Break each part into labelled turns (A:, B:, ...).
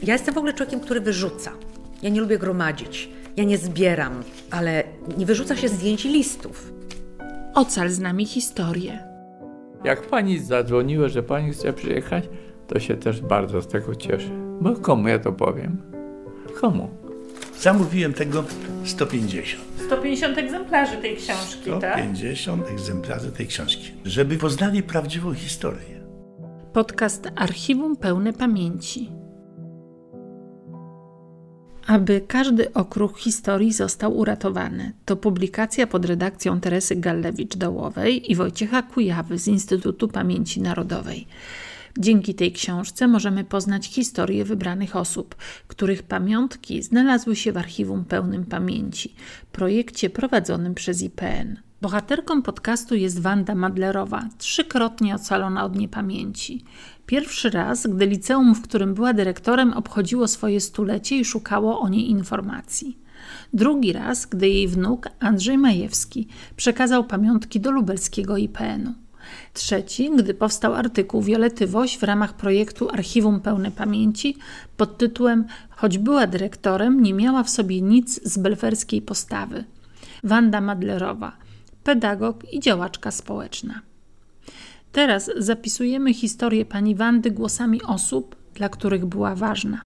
A: Ja jestem w ogóle człowiekiem, który wyrzuca. Ja nie lubię gromadzić. Ja nie zbieram, ale nie wyrzuca się zdjęć i listów.
B: Ocal z nami historię.
C: Jak pani zadzwoniła, że pani chce przyjechać, to się też bardzo z tego cieszę. Bo komu ja to powiem? Komu?
D: Zamówiłem tego 150.
B: 150 egzemplarzy tej książki, tak?
D: 150 egzemplarzy tej książki, żeby poznali prawdziwą historię.
B: Podcast Archiwum Pełne Pamięci. Aby każdy okruch historii został uratowany, to publikacja pod redakcją Teresy Gallewicz-Dołowej i Wojciecha Kujawy z Instytutu Pamięci Narodowej. Dzięki tej książce możemy poznać historię wybranych osób, których pamiątki znalazły się w Archiwum Pełnym Pamięci, projekcie prowadzonym przez IPN. Bohaterką podcastu jest Wanda Madlerowa, 3-krotnie ocalona od niepamięci. Pierwszy raz, gdy liceum, w którym była dyrektorem, obchodziło swoje 100-lecie i szukało o niej informacji. Drugi raz, gdy jej wnuk Andrzej Majewski przekazał pamiątki do lubelskiego IPN-u. Trzeci, gdy powstał artykuł Wiolety Woś w ramach projektu Archiwum Pełne Pamięci pod tytułem „Choć była dyrektorem, nie miała w sobie nic z belferskiej postawy”. Wanda Madlerowa, pedagog i działaczka społeczna. Teraz zapisujemy historię pani Wandy głosami osób, dla których była ważna.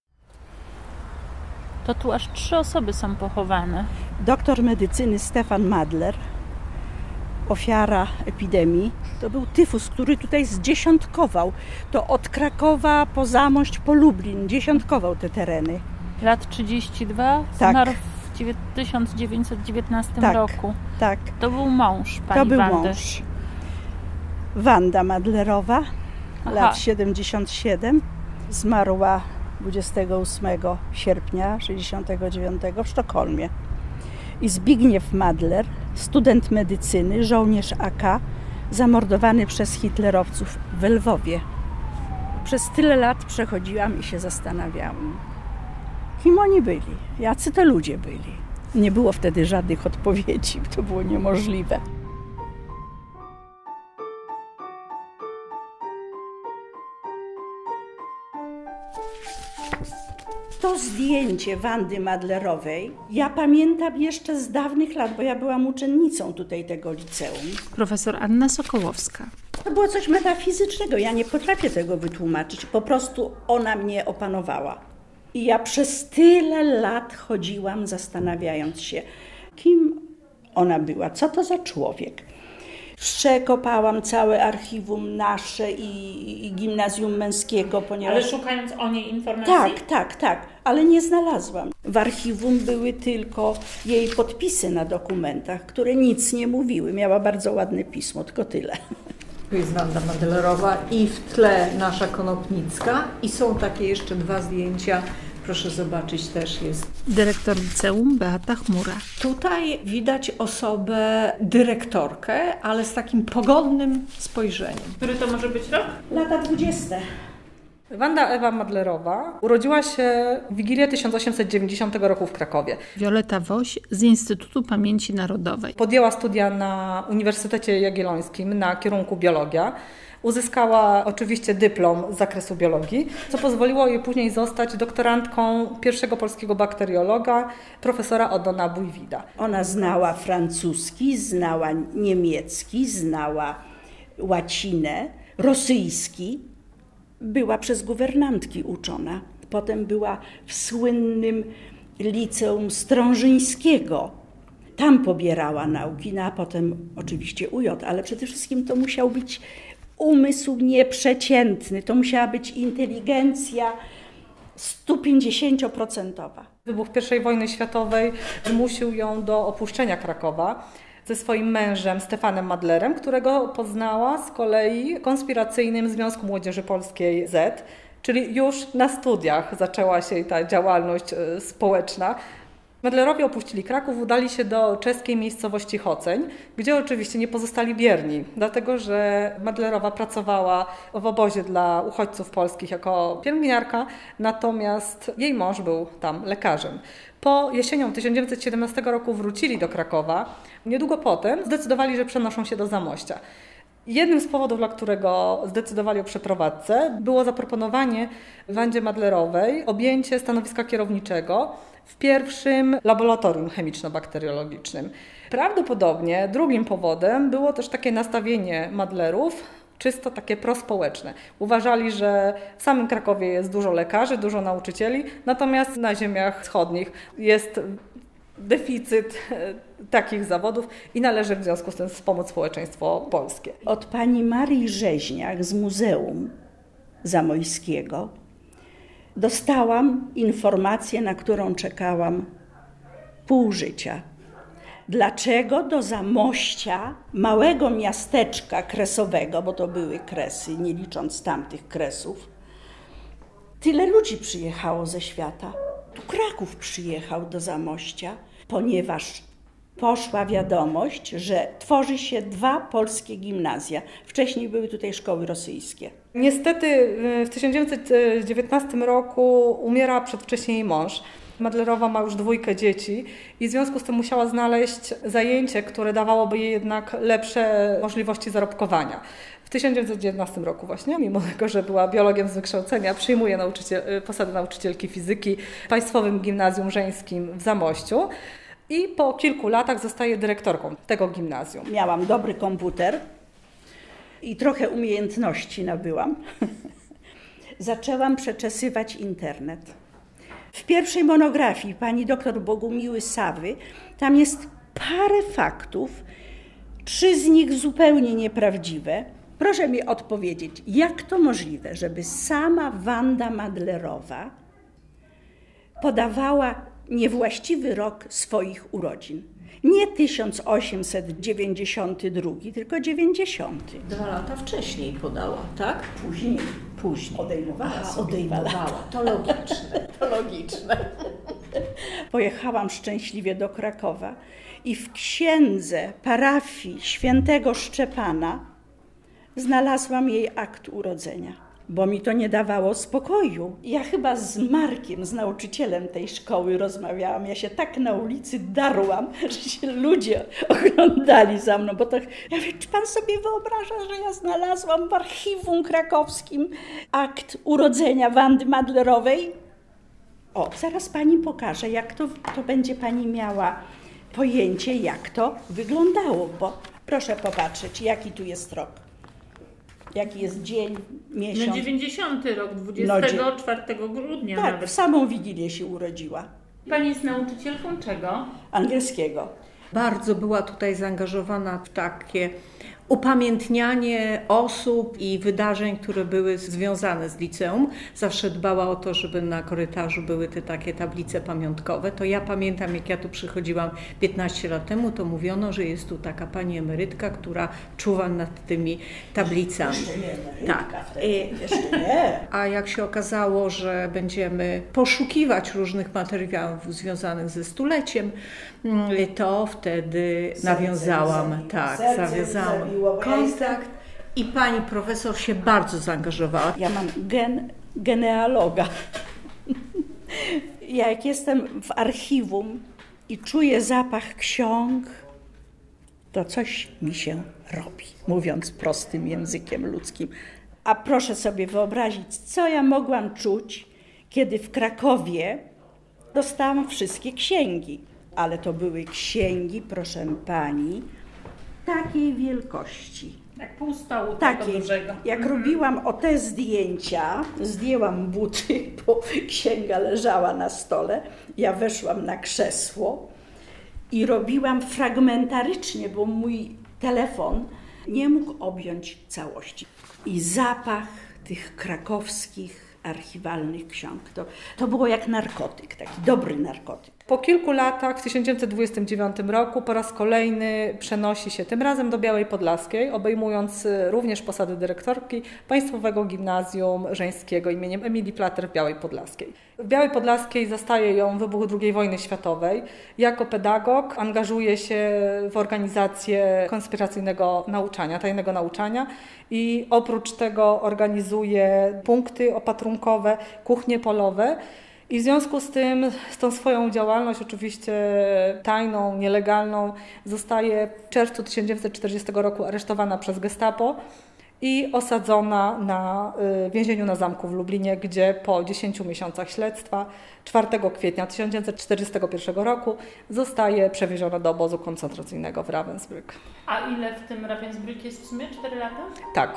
B: To tu aż 3 osoby są pochowane.
E: Doktor medycyny Stefan Madler, ofiara epidemii. To był tyfus, który tutaj zdziesiątkował. To od Krakowa po Zamość, po Lublin dziesiątkował te tereny.
B: Lat 32,
E: tak.
B: Zmarł w 1919 roku.
E: Tak.
B: To był mąż pani
E: Wandy.
B: To był
E: mąż. Wanda Madlerowa, lat 77. Zmarła 28 sierpnia 1969 w Sztokholmie. I Zbigniew Madler, student medycyny, żołnierz AK, zamordowany przez hitlerowców w Lwowie. Przez tyle lat przechodziłam i się zastanawiałam, kim oni byli, jacy to ludzie byli. Nie było wtedy żadnych odpowiedzi, to było niemożliwe. To zdjęcie Wandy Madlerowej ja pamiętam jeszcze z dawnych lat, bo ja byłam uczennicą tutaj tego liceum.
B: Profesor Anna Sokołowska.
E: To było coś metafizycznego, ja nie potrafię tego wytłumaczyć, po prostu ona mnie opanowała. I ja przez tyle lat chodziłam, zastanawiając się, kim ona była, co to za człowiek. Przekopałam całe archiwum nasze i gimnazjum męskiego, ponieważ...
B: Ale szukając o niej informacji?
E: Tak, ale nie znalazłam. W archiwum były tylko jej podpisy na dokumentach, które nic nie mówiły. Miała bardzo ładne pismo, tylko tyle.
A: Tu jest Wanda Madlerowa i w tle nasza Konopnicka i są takie jeszcze 2 zdjęcia. Proszę zobaczyć, też jest.
B: Dyrektor liceum Beata Chmura.
F: Tutaj widać osobę dyrektorkę, ale z takim pogodnym spojrzeniem.
B: Który to może być rok?
E: Lata 20.
G: Wanda Ewa Madlerowa urodziła się w Wigilię 1890 roku w Krakowie.
B: Wioleta Woś z Instytutu Pamięci Narodowej.
G: Podjęła studia na Uniwersytecie Jagiellońskim na kierunku biologia. Uzyskała oczywiście dyplom z zakresu biologii, co pozwoliło jej później zostać doktorantką pierwszego polskiego bakteriologa, profesora Oddona Bujwida.
E: Ona znała francuski, znała niemiecki, znała łacinę, rosyjski. Była przez guwernantki uczona. Potem była w słynnym Liceum Strążyńskiego. Tam pobierała nauki, no a potem oczywiście UJ, ale przede wszystkim to musiał być umysł nieprzeciętny, to musiała być inteligencja 150%.
G: Wybuch I wojny światowej zmusił ją do opuszczenia Krakowa ze swoim mężem Stefanem Madlerem, którego poznała z kolei w konspiracyjnym Związku Młodzieży Polskiej Z, czyli już na studiach zaczęła się ta działalność społeczna. Madlerowie opuścili Kraków, udali się do czeskiej miejscowości Choceń, gdzie oczywiście nie pozostali bierni, dlatego że Madlerowa pracowała w obozie dla uchodźców polskich jako pielęgniarka, natomiast jej mąż był tam lekarzem. Po jesienią 1917 roku wrócili do Krakowa. Niedługo potem zdecydowali, że przenoszą się do Zamościa. Jednym z powodów, dla którego zdecydowali o przeprowadzce, było zaproponowanie Wandzie Madlerowej objęcie stanowiska kierowniczego w pierwszym laboratorium chemiczno-bakteriologicznym. Prawdopodobnie drugim powodem było też takie nastawienie Madlerów, czysto takie prospołeczne. Uważali, że w samym Krakowie jest dużo lekarzy, dużo nauczycieli, natomiast na ziemiach wschodnich jest deficyt takich zawodów i należy w związku z tym wspomóc społeczeństwo polskie.
E: Od pani Marii Rzeźniak z Muzeum Zamojskiego dostałam informację, na którą czekałam pół życia. Dlaczego do Zamościa, małego miasteczka kresowego, bo to były Kresy, nie licząc tamtych Kresów, tyle ludzi przyjechało ze świata. Tu Kraków przyjechał do Zamościa, ponieważ poszła wiadomość, że tworzy się 2 polskie gimnazja. Wcześniej były tutaj szkoły rosyjskie.
G: Niestety w 1919 roku umiera przedwcześnie jej mąż. Madlerowa ma już 2 dzieci i w związku z tym musiała znaleźć zajęcie, które dawałoby jej jednak lepsze możliwości zarobkowania. W 1919 roku właśnie, mimo tego, że była biologiem z wykształcenia, przyjmuje posadę nauczycielki fizyki w Państwowym Gimnazjum Żeńskim w Zamościu i po kilku latach zostaje dyrektorką tego gimnazjum.
E: Miałam dobry komputer i trochę umiejętności nabyłam. Zaczęłam przeczesywać internet. W pierwszej monografii pani dr Bogumiły Sawy tam jest parę faktów, 3 z nich zupełnie nieprawdziwe. Proszę mi odpowiedzieć, jak to możliwe, żeby sama Wanda Madlerowa podawała niewłaściwy rok swoich urodzin? Nie 1892, tylko 90.
A: 2 lata wcześniej podała, tak?
E: Później. Odejmowała.
A: To logiczne, to logiczne.
E: Pojechałam szczęśliwie do Krakowa i w księdze parafii świętego Szczepana znalazłam jej akt urodzenia, bo mi to nie dawało spokoju. Ja chyba z Markiem, z nauczycielem tej szkoły rozmawiałam. Ja się tak na ulicy darłam, że się ludzie oglądali za mną, bo to, ja wiem, czy pan sobie wyobraża, że ja znalazłam w archiwum krakowskim akt urodzenia Wandy Madlerowej? O, zaraz pani pokażę, jak to będzie pani miała pojęcie, jak to wyglądało, bo proszę popatrzeć, jaki tu jest rok. Jaki jest dzień, miesiąc?
B: No 90 rok, 24 grudnia
E: tak,
B: nawet.
E: w samą Wigilię się urodziła.
B: Pani jest nauczycielką czego?
E: Angielskiego.
A: Bardzo była tutaj zaangażowana w takie upamiętnianie osób i wydarzeń, które były związane z liceum. Zawsze dbała o to, żeby na korytarzu były te takie tablice pamiątkowe. To ja pamiętam, jak ja tu przychodziłam 15 lat temu, to mówiono, że jest tu taka pani emerytka, która czuwa nad tymi tablicami.
E: Jeszcze nie emerytka
A: Tak.
E: wtedy, jeszcze nie.
A: A jak się okazało, że będziemy poszukiwać różnych materiałów związanych ze stuleciem, to wtedy nawiązałam kontakt i pani profesor się bardzo zaangażowała.
E: Ja mam genealoga. Ja jak jestem w archiwum i czuję zapach ksiąg, to coś mi się robi, mówiąc prostym językiem ludzkim. A proszę sobie wyobrazić, co ja mogłam czuć, kiedy w Krakowie dostałam wszystkie księgi. Ale to były księgi, proszę pani, takiej wielkości.
B: Jak pół stołu
E: Takiej.
B: dużego.
E: Jak robiłam o te zdjęcia, zdjęłam buty, bo księga leżała na stole, ja weszłam na krzesło i robiłam fragmentarycznie, bo mój telefon nie mógł objąć całości. I zapach tych krakowskich archiwalnych ksiąg, to było jak narkotyk, taki dobry narkotyk.
G: Po kilku latach, w 1929 roku, po raz kolejny przenosi się tym razem do Białej Podlaskiej, obejmując również posadę dyrektorki Państwowego Gimnazjum Żeńskiego imieniem Emilii Plater w Białej Podlaskiej. W Białej Podlaskiej zastaje ją wybuch II wojny światowej. Jako pedagog angażuje się w organizację konspiracyjnego nauczania, tajnego nauczania i oprócz tego organizuje punkty opatrunkowe, kuchnie polowe. I w związku z tym, z tą swoją działalność, oczywiście tajną, nielegalną, zostaje w czerwcu 1940 roku aresztowana przez Gestapo i osadzona na więzieniu na zamku w Lublinie, gdzie po 10 miesiącach śledztwa 4 kwietnia 1941 roku zostaje przewieziona do obozu koncentracyjnego w Ravensbrück.
B: A ile w tym Ravensbrück jest w sumie? 4 lata?
G: Tak.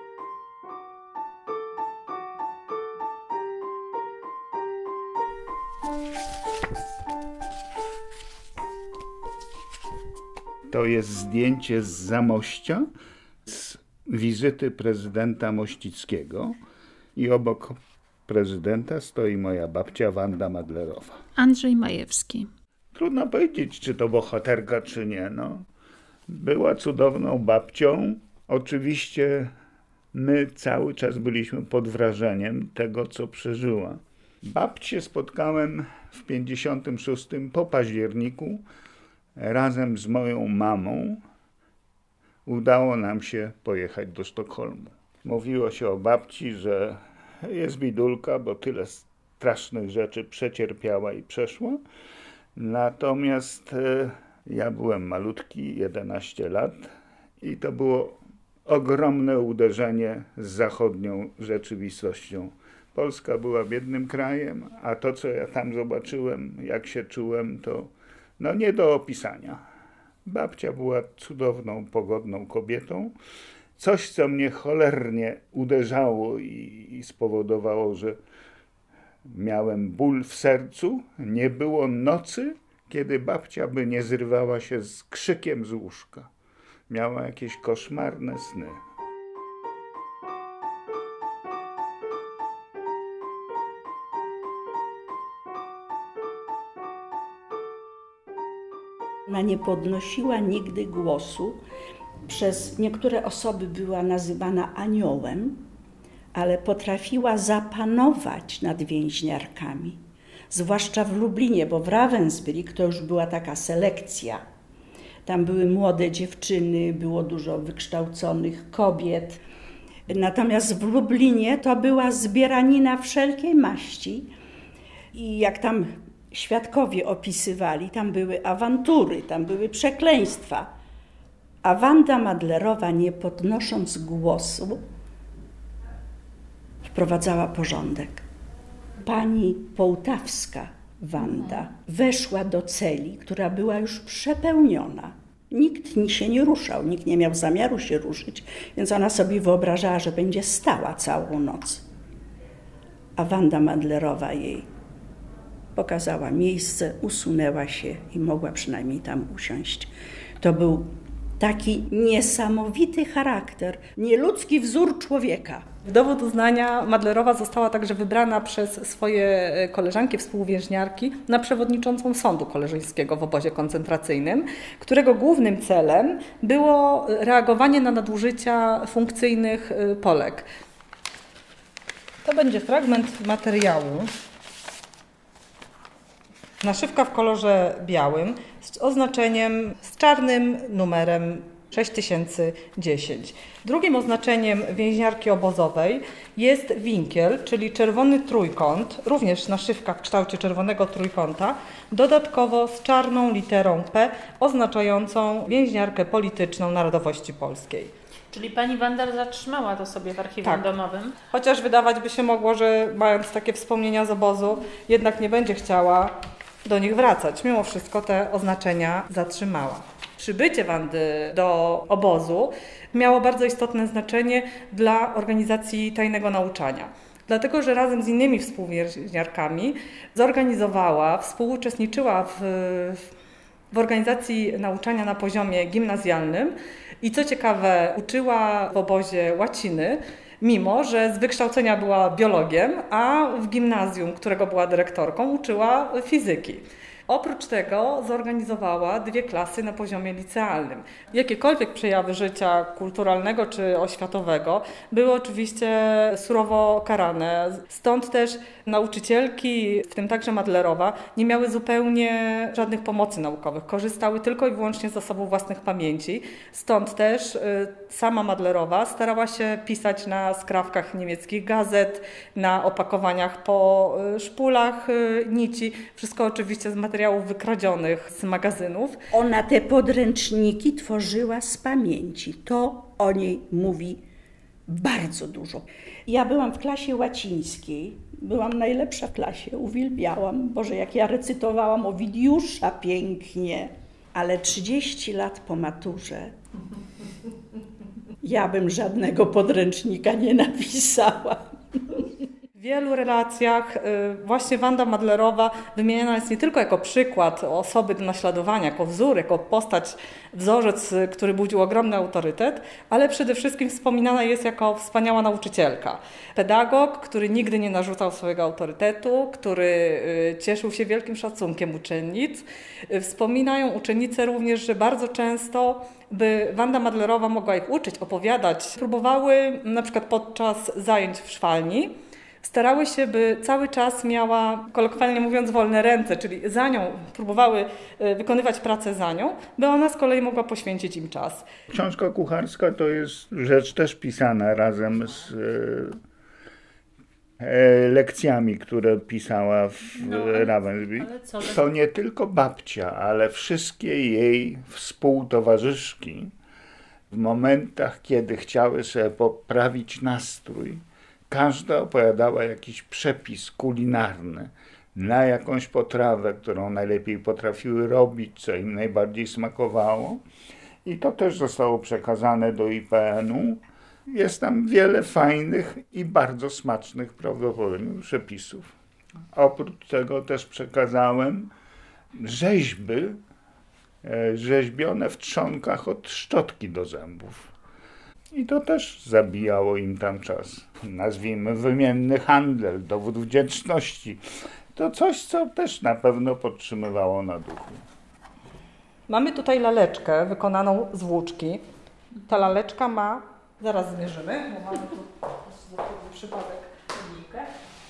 D: To jest zdjęcie z Zamościa, z wizyty prezydenta Mościckiego i obok prezydenta stoi moja babcia Wanda Madlerowa.
B: Andrzej Majewski.
D: Trudno powiedzieć, czy to bohaterka, czy nie. No. Była cudowną babcią. Oczywiście my cały czas byliśmy pod wrażeniem tego, co przeżyła. Babcię spotkałem w 1956 po październiku. Razem z moją mamą udało nam się pojechać do Sztokholmu. Mówiło się o babci, że jest bidulka, bo tyle strasznych rzeczy przecierpiała i przeszła. Natomiast ja byłem malutki, 11 lat i to było ogromne uderzenie z zachodnią rzeczywistością. Polska była biednym krajem, a to, co ja tam zobaczyłem, jak się czułem, to nie do opisania. Babcia była cudowną, pogodną kobietą. Coś, co mnie cholernie uderzało i spowodowało, że miałem ból w sercu. Nie było nocy, kiedy babcia by nie zrywała się z krzykiem z łóżka. Miała jakieś koszmarne sny.
E: Ona nie podnosiła nigdy głosu. Przez niektóre osoby była nazywana aniołem, ale potrafiła zapanować nad więźniarkami. Zwłaszcza w Lublinie, bo w Ravensbrück to już była taka selekcja. Tam były młode dziewczyny, było dużo wykształconych kobiet. Natomiast w Lublinie to była zbieranina wszelkiej maści. I jak tam świadkowie opisywali, tam były awantury, tam były przekleństwa. A Wanda Madlerowa, nie podnosząc głosu, wprowadzała porządek. Pani Połtawska Wanda weszła do celi, która była już przepełniona. Nikt się nie ruszał, nikt nie miał zamiaru się ruszyć, więc ona sobie wyobrażała, że będzie stała całą noc. A Wanda Madlerowa jej pokazała miejsce, usunęła się i mogła przynajmniej tam usiąść. To był taki niesamowity charakter, nieludzki wzór człowieka.
G: W dowód uznania Madlerowa została także wybrana przez swoje koleżanki, współwięźniarki na przewodniczącą sądu koleżeńskiego w obozie koncentracyjnym, którego głównym celem było reagowanie na nadużycia funkcyjnych Polek. To będzie fragment materiału. Naszywka w kolorze białym z oznaczeniem, z czarnym numerem 6010. Drugim oznaczeniem więźniarki obozowej jest winkiel, czyli czerwony trójkąt, również naszywka w kształcie czerwonego trójkąta, dodatkowo z czarną literą P oznaczającą więźniarkę polityczną narodowości polskiej.
B: Czyli pani Wanda zatrzymała to sobie w archiwum domowym?
G: Chociaż wydawać by się mogło, że mając takie wspomnienia z obozu, jednak nie będzie chciała do nich wracać. Mimo wszystko te oznaczenia zatrzymała. Przybycie Wandy do obozu miało bardzo istotne znaczenie dla organizacji tajnego nauczania. Dlatego, że razem z innymi współwięźniarkami zorganizowała, współuczestniczyła w organizacji nauczania na poziomie gimnazjalnym i co ciekawe uczyła w obozie łaciny, mimo że z wykształcenia była biologiem, a w gimnazjum, którego była dyrektorką, uczyła fizyki. Oprócz tego zorganizowała 2 klasy na poziomie licealnym. Jakiekolwiek przejawy życia kulturalnego czy oświatowego były oczywiście surowo karane. Stąd też nauczycielki, w tym także Madlerowa, nie miały zupełnie żadnych pomocy naukowych. Korzystały tylko i wyłącznie z zasobów własnych pamięci. Stąd też sama Madlerowa starała się pisać na skrawkach niemieckich gazet, na opakowaniach po szpulach nici. Wszystko oczywiście z materiałów wykradzionych z magazynów.
E: Ona te podręczniki tworzyła z pamięci. To o niej mówi bardzo dużo. Ja byłam w klasie łacińskiej. Byłam najlepsza w klasie, uwielbiałam. Boże, jak ja recytowałam Owidiusza pięknie. Ale 30 lat po maturze ja bym żadnego podręcznika nie napisała.
G: W wielu relacjach właśnie Wanda Madlerowa wymieniana jest nie tylko jako przykład osoby do naśladowania, jako wzór, jako postać, wzorzec, który budził ogromny autorytet, ale przede wszystkim wspominana jest jako wspaniała nauczycielka. Pedagog, który nigdy nie narzucał swojego autorytetu, który cieszył się wielkim szacunkiem uczennic. Wspominają uczennice również, że bardzo często, by Wanda Madlerowa mogła ich uczyć, opowiadać, próbowały na przykład podczas zajęć w szwalni, starały się, by cały czas miała, kolokwialnie mówiąc, wolne ręce, czyli za nią próbowały wykonywać pracę za nią, by ona z kolei mogła poświęcić im czas.
D: Książka kucharska to jest rzecz też pisana razem z lekcjami, które pisała w Ravensbrück. To nie tylko babcia, ale wszystkie jej współtowarzyszki w momentach, kiedy chciały sobie poprawić nastrój, każda opowiadała jakiś przepis kulinarny na jakąś potrawę, którą najlepiej potrafiły robić, co im najbardziej smakowało. I to też zostało przekazane do IPN-u. Jest tam wiele fajnych i bardzo smacznych prawdopodobnie przepisów. Oprócz tego też przekazałem rzeźby rzeźbione w trzonkach od szczotki do zębów. I to też zabijało im tam czas. Nazwijmy wymienny handel, dowód wdzięczności. To coś, co też na pewno podtrzymywało na duchu.
G: Mamy tutaj laleczkę wykonaną z włóczki. Ta laleczka ma, zaraz zmierzymy, bo mamy tu przypadek linijkę.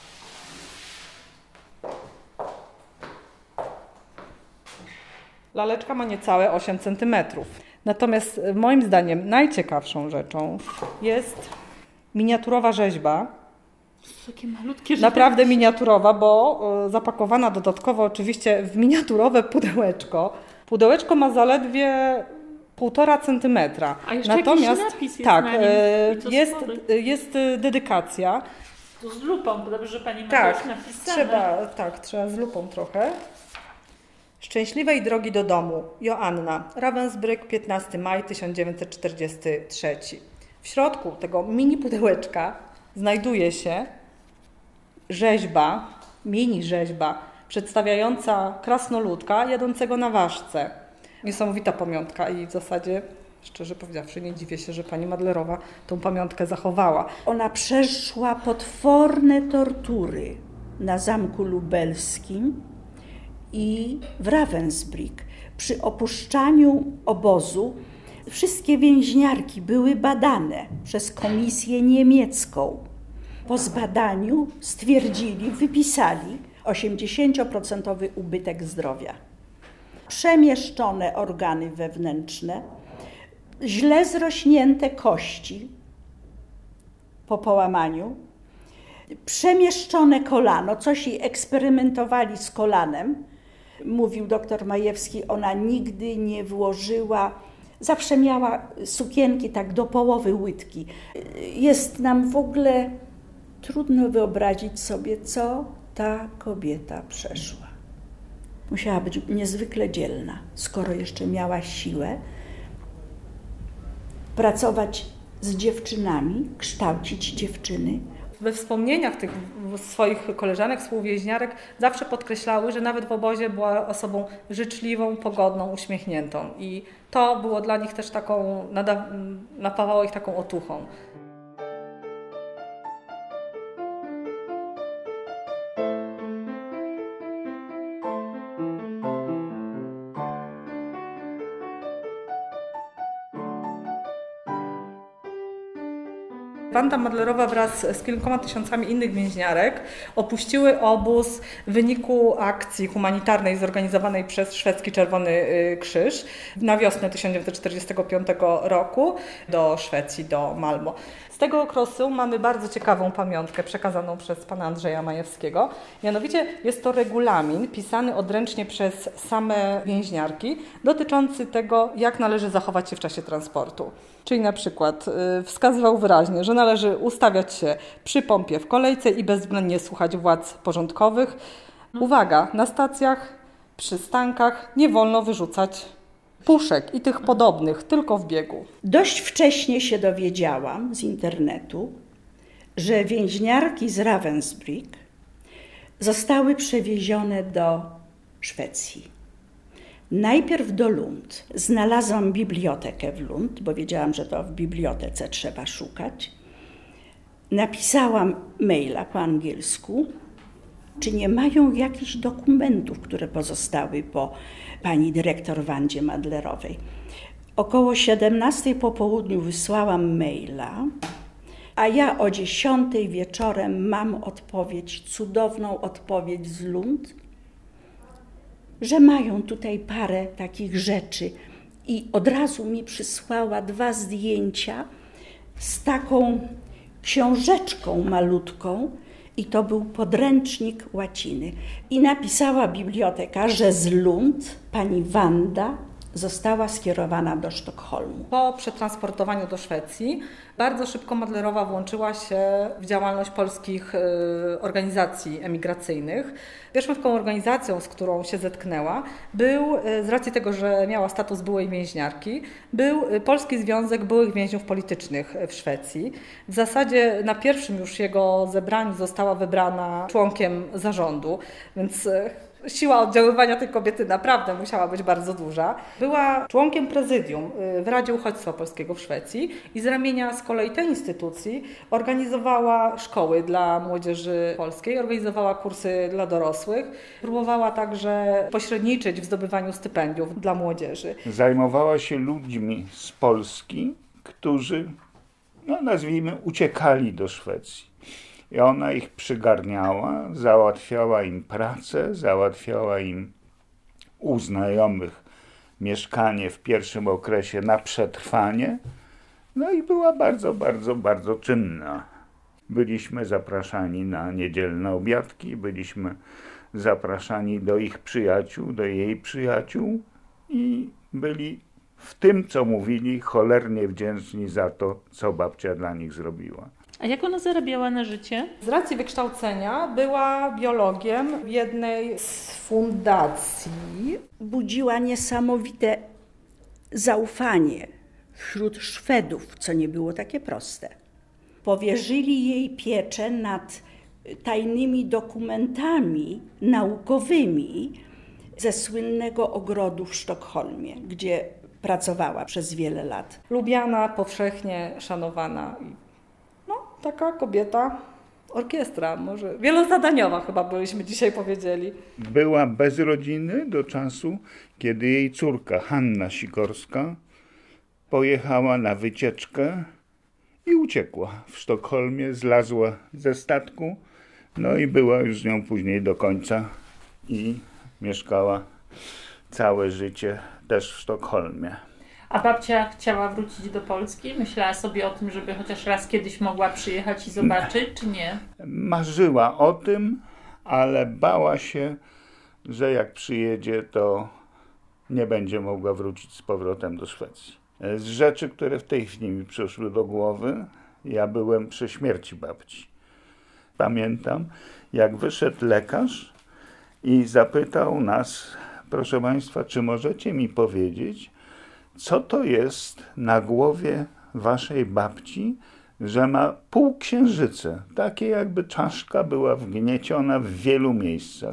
G: Laleczka ma niecałe 8 cm. Natomiast moim zdaniem najciekawszą rzeczą jest miniaturowa rzeźba.
B: Takie malutkie rzeczy.
G: Naprawdę miniaturowa, bo zapakowana dodatkowo oczywiście w miniaturowe pudełeczko. Pudełeczko ma zaledwie 1,5 centymetra.
B: A jeszcze natomiast jakiś napis jest
G: tak,
B: na nim.
G: jest dedykacja.
B: To z lupą, bo dobrze, że pani ma tak, napisane.
G: Trzeba z lupą trochę. Szczęśliwej drogi do domu. Joanna. Ravensbrück, 15 maj 1943. W środku tego mini pudełeczka znajduje się rzeźba, mini rzeźba, przedstawiająca krasnoludka jadącego na ważce. Niesamowita pamiątka i w zasadzie, szczerze powiedziawszy, nie dziwię się, że pani Madlerowa tą pamiątkę zachowała.
E: Ona przeszła potworne tortury na Zamku Lubelskim i w Ravensbrück. Przy opuszczaniu obozu wszystkie więźniarki były badane przez komisję niemiecką. Po zbadaniu stwierdzili, wypisali 80% ubytek zdrowia. Przemieszczone organy wewnętrzne, źle zrośnięte kości po połamaniu, przemieszczone kolano, coś i eksperymentowali z kolanem. Mówił doktor Majewski, ona nigdy nie włożyła, zawsze miała sukienki tak do połowy łydki. Jest nam w ogóle trudno wyobrazić sobie, co ta kobieta przeszła. Musiała być niezwykle dzielna, skoro jeszcze miała siłę pracować z dziewczynami, kształcić dziewczyny.
G: We wspomnieniach tych swoich koleżanek, współwięźniarek zawsze podkreślały, że nawet w obozie była osobą życzliwą, pogodną, uśmiechniętą. I to było dla nich też taką, napawało ich taką otuchą. Wanda Madlerowa wraz z kilkoma tysiącami innych więźniarek opuściły obóz w wyniku akcji humanitarnej zorganizowanej przez szwedzki Czerwony Krzyż na wiosnę 1945 roku do Szwecji, do Malmo. Z tego okresu mamy bardzo ciekawą pamiątkę przekazaną przez pana Andrzeja Majewskiego. Mianowicie jest to regulamin pisany odręcznie przez same więźniarki dotyczący tego, jak należy zachować się w czasie transportu. Czyli na przykład wskazywał wyraźnie, że należy ustawiać się przy pompie w kolejce i bezwzględnie słuchać władz porządkowych. Uwaga, na stacjach, przystankach nie wolno wyrzucać puszek i tych podobnych, tylko w biegu.
E: Dość wcześnie się dowiedziałam z internetu, że więźniarki z Ravensbrück zostały przewiezione do Szwecji. Najpierw do Lund. Znalazłam bibliotekę w Lund, bo wiedziałam, że to w bibliotece trzeba szukać. Napisałam maila po angielsku, czy nie mają jakichś dokumentów, które pozostały po pani dyrektor Wandzie Madlerowej. Około 17 po południu wysłałam maila, a ja o 10 wieczorem mam odpowiedź, cudowną odpowiedź z Lund, że mają tutaj parę takich rzeczy i od razu mi przysłała 2 zdjęcia z taką książeczką malutką i to był podręcznik łaciny. I napisała biblioteka, że z Lund pani Wanda została skierowana do Sztokholmu.
G: Po przetransportowaniu do Szwecji bardzo szybko Madlerowa włączyła się w działalność polskich organizacji emigracyjnych. Pierwszą taką organizacją, z którą się zetknęła, był, z racji tego, że miała status byłej więźniarki, był Polski Związek Byłych Więźniów Politycznych w Szwecji. W zasadzie na pierwszym już jego zebraniu została wybrana członkiem zarządu, więc siła oddziaływania tej kobiety naprawdę musiała być bardzo duża. Była członkiem prezydium w Radzie Uchodźstwa Polskiego w Szwecji i z ramienia z kolei tej instytucji organizowała szkoły dla młodzieży polskiej, organizowała kursy dla dorosłych, próbowała także pośredniczyć w zdobywaniu stypendiów dla młodzieży.
D: Zajmowała się ludźmi z Polski, którzy, nazwijmy, uciekali do Szwecji. I ona ich przygarniała, załatwiała im pracę, załatwiała im u znajomych mieszkanie w pierwszym okresie na przetrwanie. No i była bardzo, bardzo, bardzo czynna. Byliśmy zapraszani na niedzielne obiadki, byliśmy zapraszani do ich przyjaciół, do jej przyjaciół i byli w tym, co mówili, cholernie wdzięczni za to, co babcia dla nich zrobiła.
B: A jak ona zarabiała na życie?
G: Z racji wykształcenia była biologiem w jednej z fundacji.
E: Budziła niesamowite zaufanie wśród Szwedów, co nie było takie proste. Powierzyli jej pieczę nad tajnymi dokumentami naukowymi ze słynnego ogrodu w Sztokholmie, gdzie pracowała przez wiele lat.
G: Lubiana, powszechnie szanowana. Taka kobieta, orkiestra, może wielozadaniowa chyba byśmy dzisiaj powiedzieli.
D: Była bez rodziny do czasu, kiedy jej córka Hanna Sikorska pojechała na wycieczkę i uciekła. W Sztokholmie zlazła ze statku, no i była już z nią później do końca i mieszkała całe życie też w Sztokholmie.
B: A babcia chciała wrócić do Polski? Myślała sobie o tym, żeby chociaż raz kiedyś mogła przyjechać i zobaczyć, czy nie?
D: Marzyła o tym, ale bała się, że jak przyjedzie, to nie będzie mogła wrócić z powrotem do Szwecji. Z rzeczy, które w tej chwili mi przyszły do głowy, ja byłem przy śmierci babci. Pamiętam, jak wyszedł lekarz i zapytał nas, proszę Państwa, czy możecie mi powiedzieć, co to jest na głowie waszej babci, że ma półksiężyce, takie jakby czaszka była wgnieciona w wielu miejscach.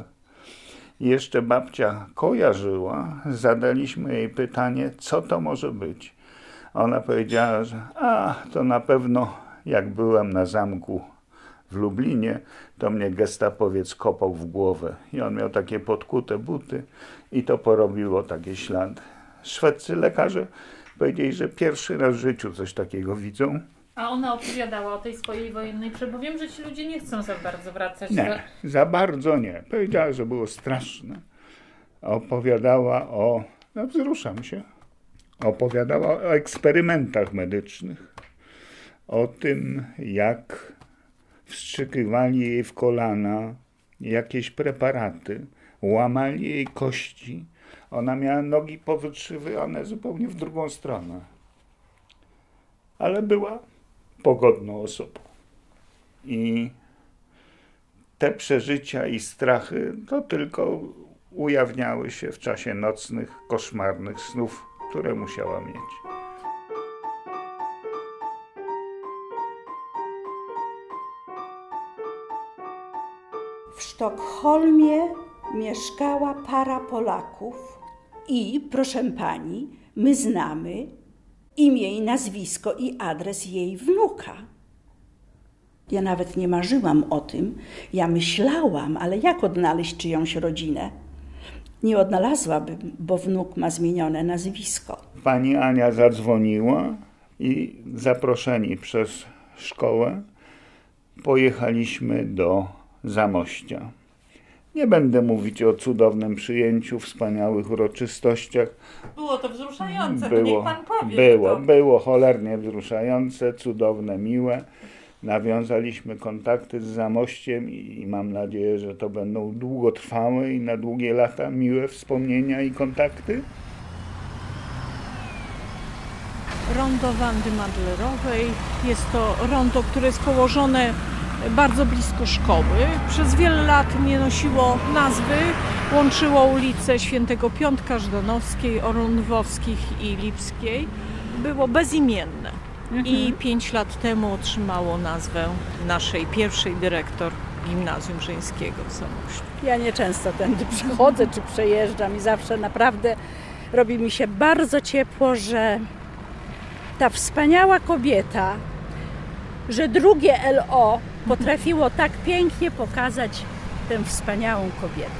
D: I jeszcze babcia kojarzyła, zadaliśmy jej pytanie, co to może być. Ona powiedziała, że to na pewno jak byłem na zamku w Lublinie, to mnie gestapowiec kopał w głowę. I on miał takie podkute buty i to porobiło takie ślady. Szwedzcy lekarze powiedzieli, że pierwszy raz w życiu coś takiego widzą
B: A ona opowiadała o tej swojej wojennej bo wiem, że ci ludzie nie chcą za bardzo wracać.
D: Nie, za bardzo nie. Powiedziała, że było straszne. Opowiadała wzruszam się. Opowiadała o eksperymentach medycznych. O tym, jak wstrzykywali jej w kolana jakieś preparaty, łamali jej kości. Ona miała nogi powytrzywane zupełnie w drugą stronę. Ale była pogodną osobą. I te przeżycia i strachy to tylko ujawniały się w czasie nocnych, koszmarnych snów, które musiała mieć.
E: W Sztokholmie mieszkała para Polaków i, proszę pani, my znamy imię i nazwisko i adres jej wnuka. Ja nawet nie marzyłam o tym. Ja myślałam, ale jak odnaleźć czyjąś rodzinę? Nie odnalazłabym, bo wnuk ma zmienione nazwisko.
D: Pani Ania zadzwoniła i zaproszeni przez szkołę pojechaliśmy do Zamościa. Nie będę mówić o cudownym przyjęciu, wspaniałych uroczystościach.
B: Było to wzruszające, to niech pan powie.
D: Było cholernie wzruszające, cudowne, miłe. Nawiązaliśmy kontakty z Zamościem i mam nadzieję, że to będą długotrwałe i na długie lata miłe wspomnienia i kontakty.
A: Rondo Wandy Madlerowej. Jest to rondo, które jest położone bardzo blisko szkoły. Przez wiele lat nie nosiło nazwy. Łączyło ulice Świętego Piątka, Żdanowskiej, Orunwowskich i Lipskiej. Było bezimienne. I 5 lat temu otrzymało nazwę naszej pierwszej dyrektor Gimnazjum Żeńskiego w Zamościu.
E: Ja nieczęsto tędy przechodzę czy przejeżdżam i zawsze naprawdę robi mi się bardzo ciepło, że ta wspaniała kobieta, że drugie LO potrafiło tak pięknie pokazać tę wspaniałą kobietę.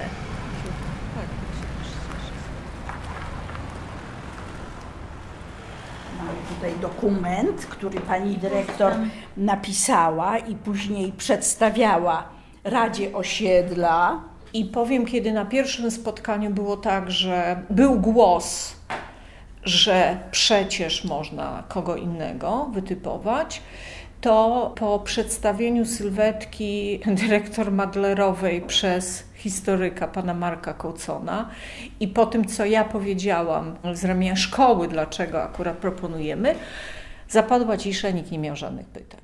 E: Mamy tutaj dokument, który pani dyrektor napisała i później przedstawiała Radzie Osiedla.
A: I powiem, kiedy na pierwszym spotkaniu było tak, że był głos, że przecież można kogo innego wytypować, to po przedstawieniu sylwetki dyrektor Madlerowej przez historyka pana Marka Kołcona i po tym, co ja powiedziałam z ramienia szkoły, dlaczego akurat proponujemy, zapadła cisza, nikt nie miał żadnych pytań.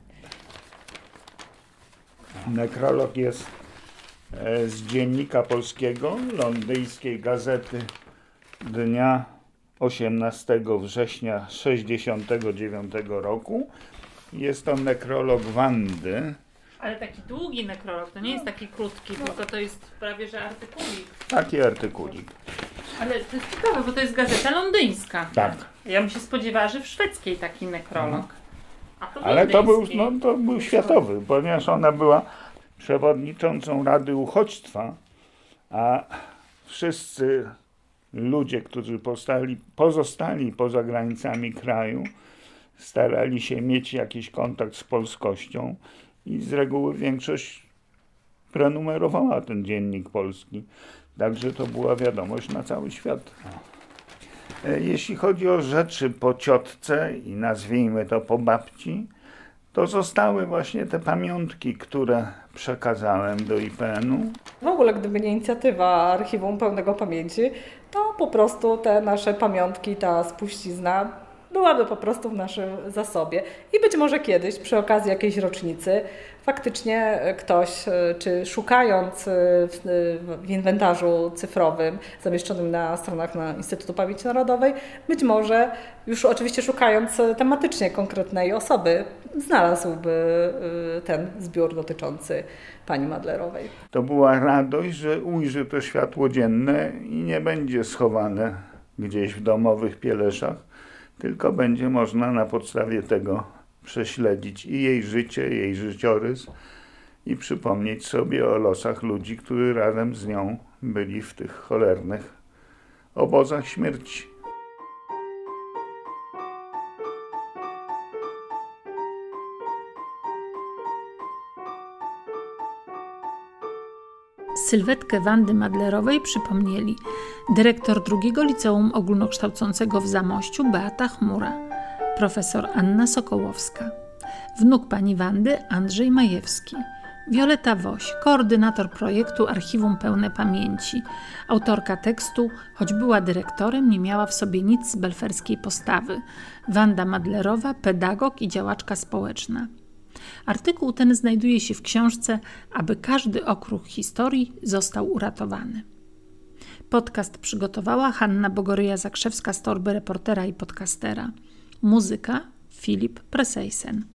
D: Nekrolog jest z Dziennika Polskiego, londyńskiej gazety dnia 18 września 1969 roku. Jest to nekrolog Wandy.
B: Ale taki długi nekrolog, to nie jest taki krótki, tylko to jest prawie że artykulik.
D: Taki artykulik.
B: Ale to jest ciekawe, bo to jest gazeta londyńska.
D: Tak.
B: Ja bym się spodziewała, że w szwedzkiej taki nekrolog. A to
D: ale to był światowy, ponieważ ona była przewodniczącą Rady Uchodźstwa, a wszyscy ludzie, którzy pozostali poza granicami kraju, starali się mieć jakiś kontakt z polskością i z reguły większość prenumerowała ten Dziennik Polski. Także to była wiadomość na cały świat. Jeśli chodzi o rzeczy po ciotce i nazwijmy to po babci, to zostały właśnie te pamiątki, które przekazałem do IPN-u.
G: W ogóle gdyby nie inicjatywa Archiwum Pełnego Pamięci, to po prostu te nasze pamiątki, ta spuścizna byłaby po prostu w naszym zasobie. I być może kiedyś przy okazji jakiejś rocznicy faktycznie ktoś, czy szukając w inwentarzu cyfrowym zamieszczonym na stronach Instytutu Pamięci Narodowej, być może już oczywiście szukając tematycznie konkretnej osoby, znalazłby ten zbiór dotyczący pani Madlerowej.
D: To była radość, że ujrzy to światło dzienne i nie będzie schowane gdzieś w domowych pieleszach, tylko będzie można na podstawie tego prześledzić i jej życie, jej życiorys i przypomnieć sobie o losach ludzi, którzy razem z nią byli w tych cholernych obozach śmierci.
B: Sylwetkę Wandy Madlerowej przypomnieli dyrektor drugiego liceum ogólnokształcącego w Zamościu Beata Chmura, profesor Anna Sokołowska, wnuk pani Wandy Andrzej Majewski, Wioleta Woś, koordynator projektu Archiwum Pełne Pamięci, autorka tekstu, choć była dyrektorem, nie miała w sobie nic z belferskiej postawy, Wanda Madlerowa, pedagog i działaczka społeczna. Artykuł ten znajduje się w książce Aby każdy okruch historii został uratowany. Podcast przygotowała Hanna Bogoryja-Zakrzewska z Torby Reportera i Podcastera. Muzyka Filip Presejsen.